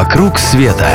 «Вокруг света»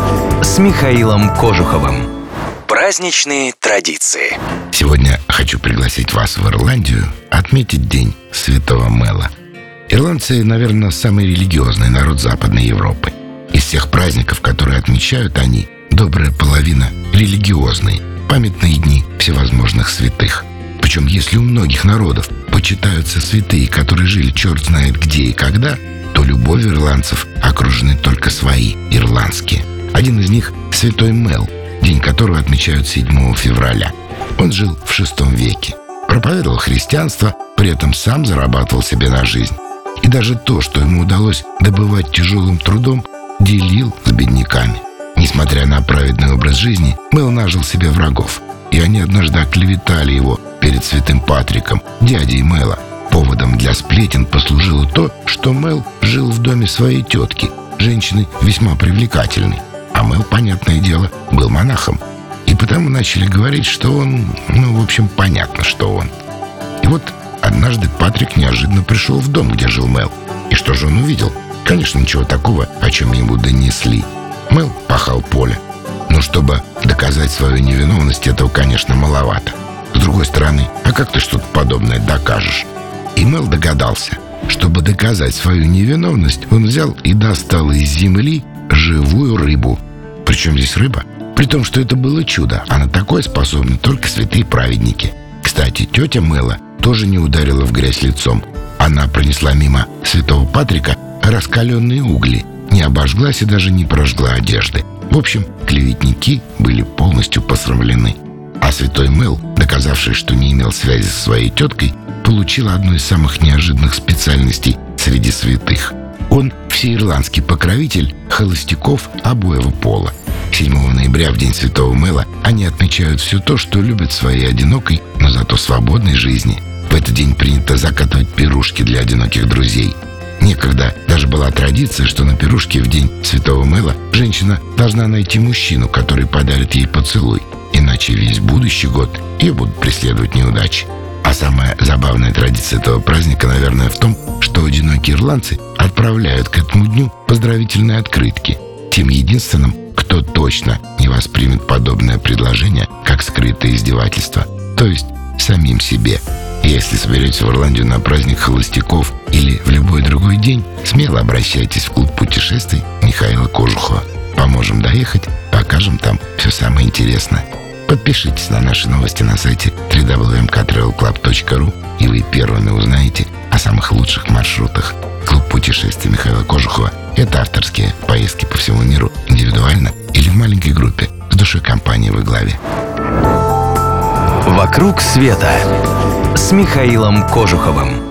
с Михаилом Кожуховым. Праздничные традиции. Сегодня хочу пригласить вас в Ирландию отметить День Святого Мэла. Ирландцы, наверное, самый религиозный народ Западной Европы. Из всех праздников, которые отмечают они, добрая половина религиозные, памятные дни всевозможных святых. Причем, если у многих народов почитаются святые, которые жили черт знает где и когда, то любовью ирландцев окружены только свои, ирландские. Один из них – Святой Мэл, день которого отмечают 7 февраля. Он жил в VI веке, проповедовал христианство, при этом сам зарабатывал себе на жизнь. И даже то, что ему удалось добывать тяжелым трудом, делил с бедняками. Несмотря на праведный образ жизни, Мэл нажил себе врагов, и они однажды оклеветали его перед святым Патриком, дядей Мэла. Поводом для сплетен послужило то, что Мэл жил в доме своей тетки, женщины весьма привлекательной. А Мэл, понятное дело, был монахом. И потому начали говорить, что он, в общем, понятно, что он. И вот однажды Патрик неожиданно пришел в дом, где жил Мэл. И что же он увидел? Конечно, ничего такого, о чем ему донесли. Мэл пахал поле. Но чтобы доказать свою невиновность, этого, конечно, маловато. С другой стороны, а как ты что-то подобное докажешь? И Мэл догадался. Чтобы доказать свою невиновность, он взял и достал из земли живую рыбу. Причем здесь рыба? При том, что это было чудо, а на такое способны только святые праведники. Кстати, тетя Мэла тоже не ударила в грязь лицом. Она пронесла мимо святого Патрика раскаленные угли, не обожглась и даже не прожгла одежды. В общем, клеветники были полностью посрамлены. А святой Мэл, доказавший, что не имел связи со своей теткой, получил одну из самых неожиданных специальностей среди святых. Он всеирландский покровитель холостяков обоего пола. 7 ноября, в день Святого Мэла, они отмечают все то, что любят в своей одинокой, но зато свободной жизни. В этот день принято закатывать пирушки для одиноких друзей. Некогда даже была традиция, что на пирушке в день Святого Мэла женщина должна найти мужчину, который подарит ей поцелуй. Иначе весь будущий год ее будут преследовать неудачи. А самая забавная традиция этого праздника, наверное, в том, что одинокие ирландцы отправляют к этому дню поздравительные открытки тем единственным, кто точно не воспримет подобное предложение как скрытое издевательство, то есть самим себе. И если соберетесь в Ирландию на праздник холостяков или в любой другой день, смело обращайтесь в клуб путешествий Михаила Кожухова. Поможем доехать, покажем там все самое интересное. Подпишитесь на наши новости на сайте www.mktravelclub.ru, и вы первыми узнаете о самых лучших маршрутах. Клуб путешествий Михаила Кожухова – это авторские поездки по всему миру, индивидуально или в маленькой группе, с душой компании во главе. «Вокруг света» с Михаилом Кожуховым.